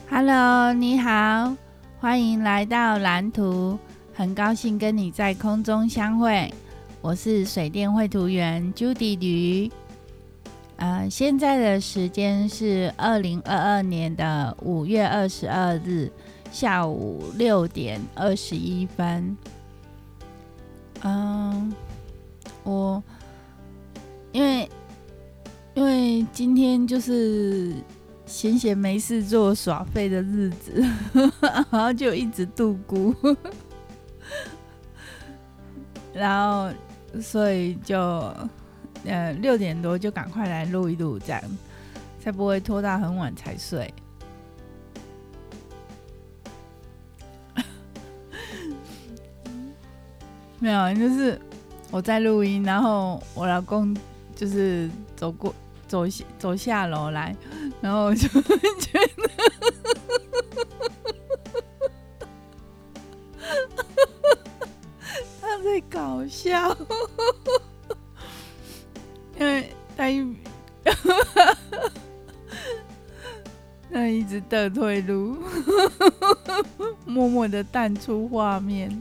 Hello， 你好，欢迎来到蓝图，很高兴跟你在空中相会。我是水电绘图员 Judy 吕。现在的时间是2022年的5月22日下午6点21分。我因为今天就是闲没事做耍废的日子，然后就一直度孤，然后所以就6点多就赶快来录一录，这样才不会拖到很晚才睡。没有，就是我在录音，然后我老公就是走下楼来，然后我就觉得他在搞笑，因为他一直倒退路，默默的淡出画面。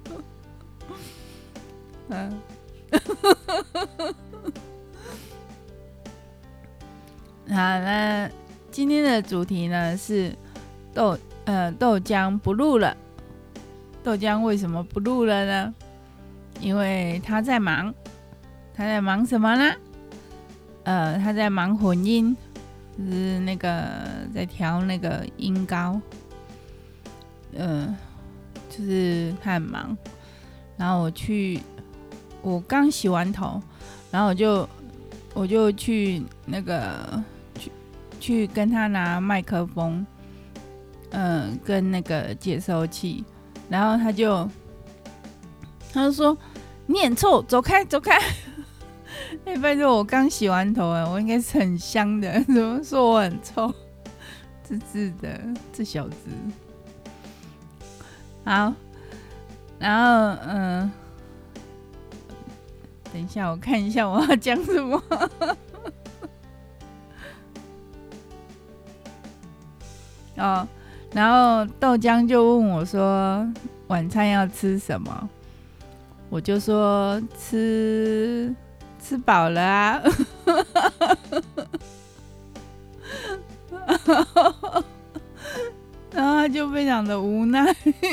好，那今天的主题呢是豆浆不录了。豆浆为什么不录了呢？因为他在忙。他在忙什么呢？他在忙混音，就是那个在调那个音高。就是他很忙。然后我刚洗完头，然后我就去那个去跟他拿麦克风，跟那个接收器，然后他就说你很臭，走开走开。拜托，我刚洗完头，我应该是很香的，怎么说我很臭？自的这小子。好，然后等一下我看一下我要讲什么。然后豆浆就问我说晚餐要吃什么，我就说吃饱了啊。然后他就非常的无奈。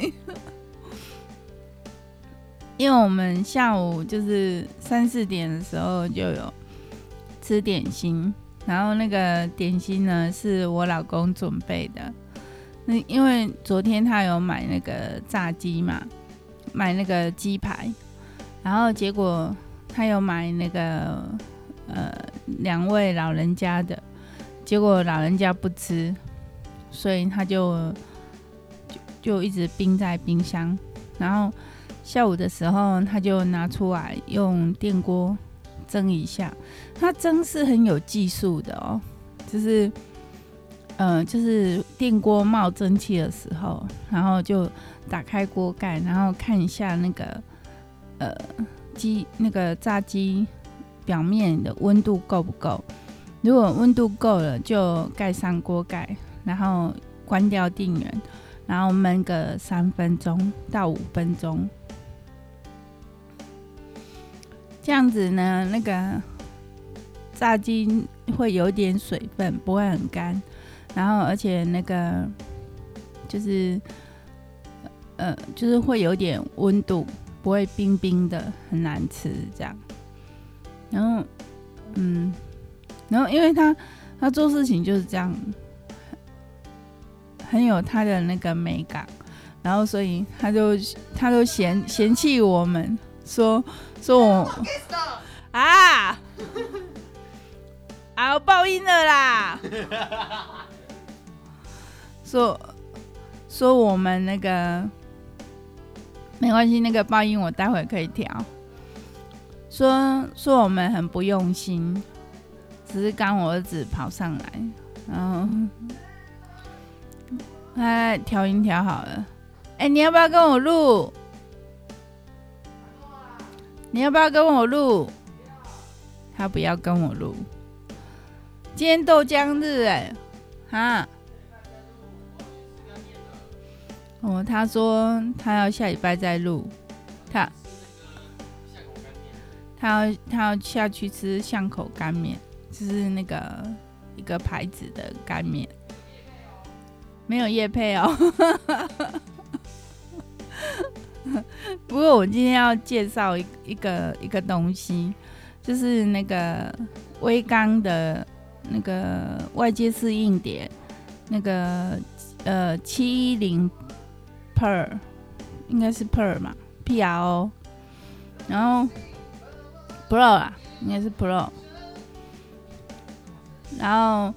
因为我们下午就是3、4点的时候就有吃点心，然后那个点心呢是我老公准备的。因为昨天他有买那个炸鸡嘛，买那个鸡排，然后结果他有买那个2位老人家的，结果老人家不吃，所以他就一直冰在冰箱，然后下午的时候他就拿出来用电锅蒸一下。他蒸是很有技术的哦，就是电锅冒蒸汽的时候，然后就打开锅盖，然后看一下那个那个炸鸡表面的温度够不够。如果温度够了，就盖上锅盖，然后关掉电源，然后焖个3分钟到5分钟。这样子呢，那个炸鸡会有点水分，不会很干，然后而且那个就是会有点温度，不会冰冰的，很难吃这样。然后因为他做事情就是这样，很有他的那个美感，然后所以他都嫌弃我们，说我我爆音了啦。说我们那个没关系，那个爆音我待会可以调。说我们很不用心，只是刚我儿子跑上来，然后他调音调好了。你要不要跟我录？你要不要跟我录？他不要跟我录。今天豆浆日他说他要下礼拜再录，他要下去吃巷口干面，就是那个一个牌子的干面，没有业配哦。不过我今天要介绍一个东西，就是那个威刚的那个外接式硬碟，那个710 Per 应该是 Per 嘛 ，PRO， 然后 Pro 啦，应该是 Pro， 然后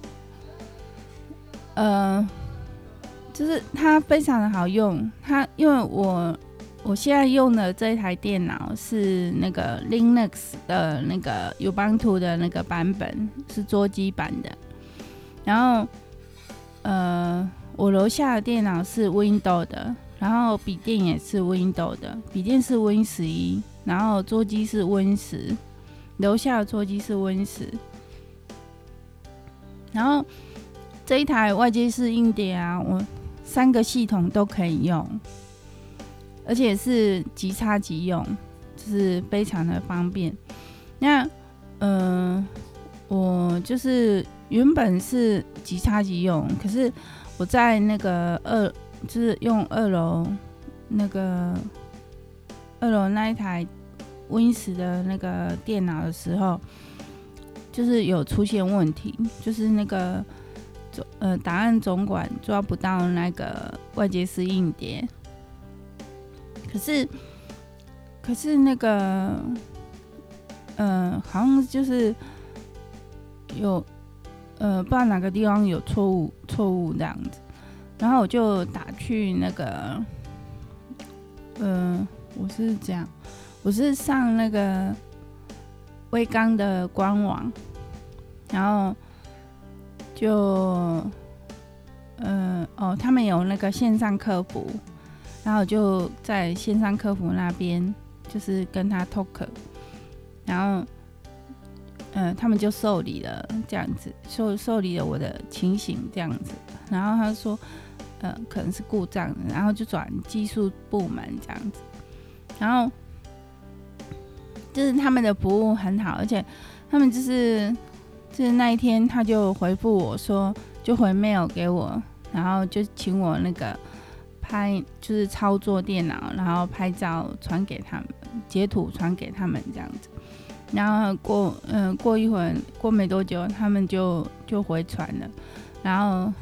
就是它非常的好用，因为我现在用的这一台电脑是那个 Linux 的那个 Ubuntu 的那个版本，是桌机版的。然后我楼下的电脑是 Windows 的，然后笔电也是 Windows 的，笔电是 Win11，然后桌机是 Win10，楼下的桌机是 Win10。然后这一台外接式硬碟啊，我3个系统都可以用，而且是即插即用，就是非常的方便。那我就是原本是即插即用，可是我在那个就是用二楼那一台 Win10 的那个电脑的时候，就是有出现问题，就是那个档案总管抓不到那个外接式硬碟。可是那个好像就是有不知道哪个地方有错误这样子，然后我就打去那个我是上那个威刚的官网，然后就他们有那个线上客服，然后我就在线上客服那边就是跟他 talk， 然后他们就受理了这样子，受理了我的情形这样子，然后他说可能是故障，然后就转技术部门这样子，然后就是他们的服务很好，而且他们就是那一天他就回复我说，就回 mail 给我，然后就请我那个就是操作电脑，然后拍照传给他们，截图传给他们这样子。然后过一会儿，过没多久，他们就回传了。然后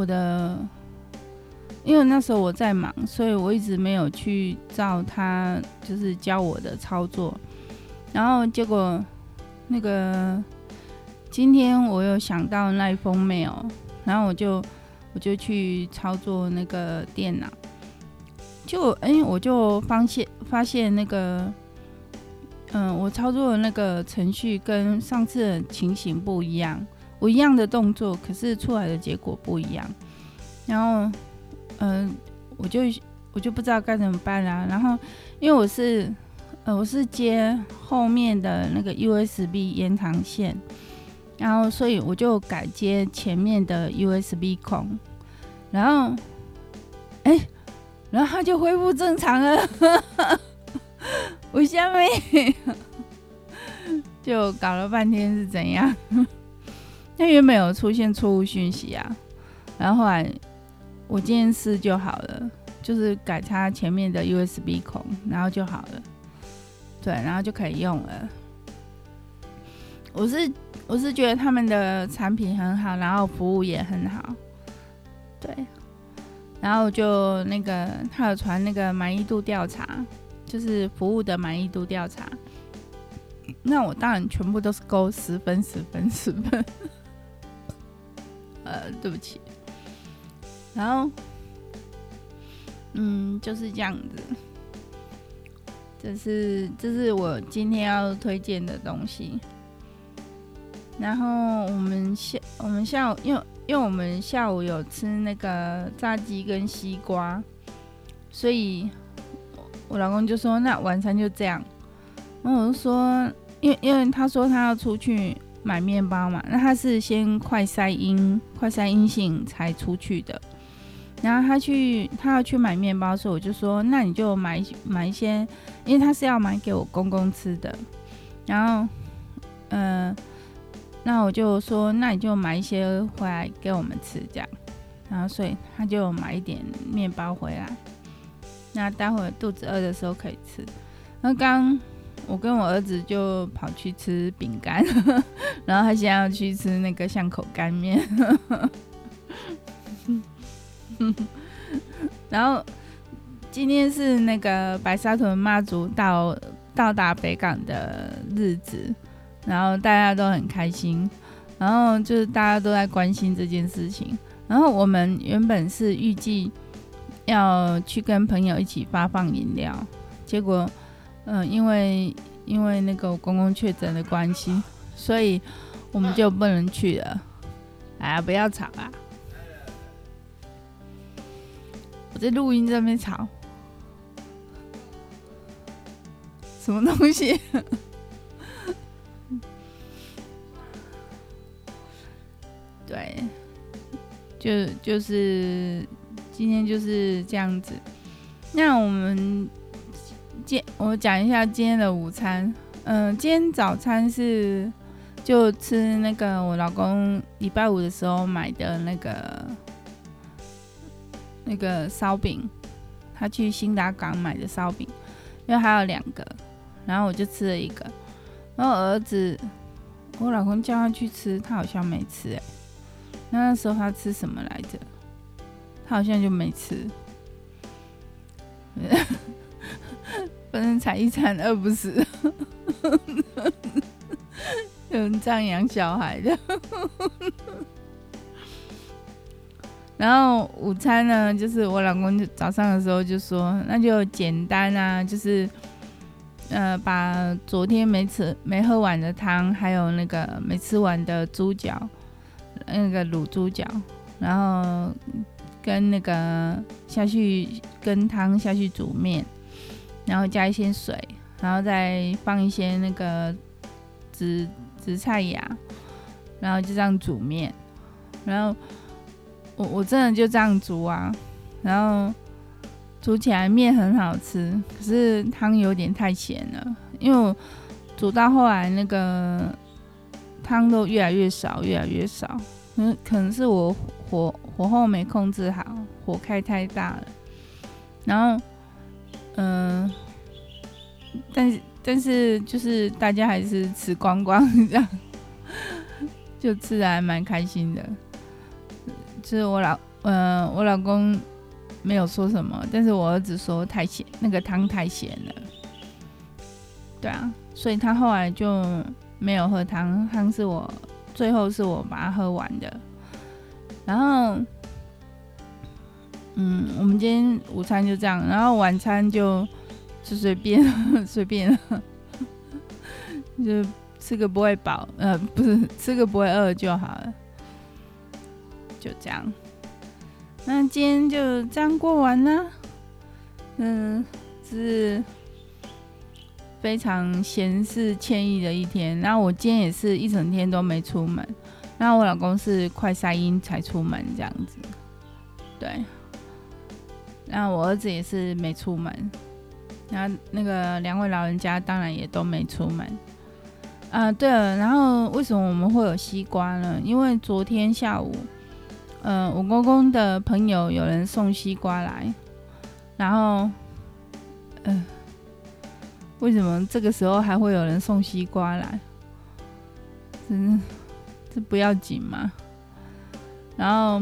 因为那时候我在忙，所以我一直没有去照他就是教我的操作。然后结果那个今天我有想到那一封 mail， 然后我就去操作那个电脑，我就发现那个我操作的那个程序跟上次的情形不一样，我一样的动作，可是出来的结果不一样。然后我就不知道该怎么办啦。然后因为我是接后面的那个 USB 延长线，然后所以我就改接前面的 USB 孔，然后它就恢复正常了。我下面就搞了半天是怎样？它原本有出现错误讯息啊，然后后来我今天试就好了，就是改插前面的 USB 孔，然后就好了。对，然后就可以用了。我是觉得他们的产品很好，然后服务也很好。对，然后就那个他有传那个满意度调查，就是服务的满意度调查。那我当然全部都是勾10分10分10分。对不起。然后就是这样子。这是我今天要推荐的东西。然后我们下午因为我们下午有吃那个炸鸡跟西瓜，所以我老公就说那晚餐就这样。然后我就说，因为他说他要出去买面包嘛，那他是先快筛阴性才出去的。 然后他要去买面包，所以我就说，那你就买一些，因为他是要买给我公公吃的。然后，那我就说，那你就买一些回来给我们吃，这样。然后，所以他就买一点面包回来，那待会肚子饿的时候可以吃。然后刚我跟我儿子就跑去吃饼干，然后他现在要去吃那个巷口干面。然后今天是那个白沙屯妈祖到达北港的日子，然后大家都很开心，然后就是大家都在关心这件事情。然后我们原本是预计要去跟朋友一起发放饮料，结果因为那个我公公确诊的关系，所以我们就不能去了。哎呀，不要吵啊！我在录音这边吵，什么东西？对，就是今天就是这样子。那我讲一下今天的午餐。今天早餐是就吃那个我老公礼拜五的时候买的那个烧饼，他去新达港买的烧饼，因为还有2个，然后我就吃了1个。然后儿子，我老公叫他去吃，他好像没吃那时候他吃什么来着？他好像就没吃。不能才一餐饿不死。有人这样养小孩的。然后午餐呢，就是我老公早上的时候就说，那就简单啊，就是把昨天没喝完的汤，还有那个没吃完的猪脚，那个卤猪脚，然后跟那个跟汤下去煮面，然后加一些水，然后再放一些那个紫菜芽，然后就这样煮面。然后我真的就这样煮啊，然后煮起来面很好吃，可是汤有点太咸了，因为我煮到后来那个汤都越来越少，可能是我火候没控制好，火开太大了。然后但是就是大家还是吃光光这样，就吃得还蛮开心的。就是我老公没有说什么，但是我儿子说太咸，那个汤太咸了。对啊，所以他后来就没有喝汤，最后是我把它喝完的。然后我们今天午餐就这样，然后晚餐就随便就吃个不会饱，不是吃个不会饿就好了，就这样。那今天就这样过完啦。是非常闲适惬意的一天。然后我今天也是一整天都没出门，然后我老公是快塞阴才出门这样子。对，然后我儿子也是没出门，然后那个2位老人家当然也都没出门。对了，然后为什么我们会有西瓜呢？因为昨天下午，我公公的朋友有人送西瓜来，然后，为什么这个时候还会有人送西瓜来？这不要紧嘛。然后，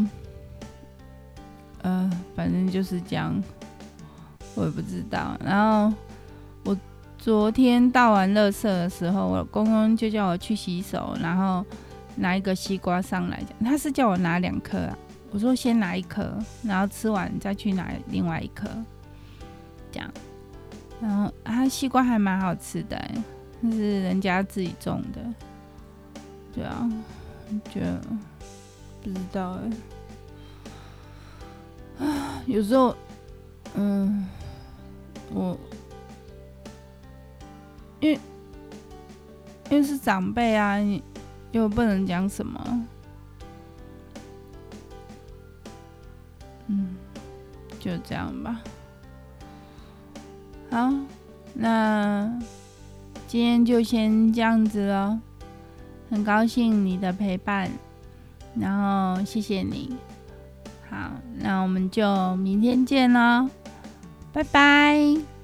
反正就是这样，我也不知道。然后我昨天倒完垃圾的时候，我公公就叫我去洗手，然后拿一个西瓜上来，他是叫我拿2颗啊。我说先拿1颗，然后吃完再去拿另外1颗，这样。然后西瓜还蛮好吃的，那是人家自己种的。对啊，就不知道有时候，我因为是长辈啊，又不能讲什么。 就这样吧。好，那今天就先这样子咯，很高兴你的陪伴，然后谢谢你。好，那我们就明天见咯，拜拜。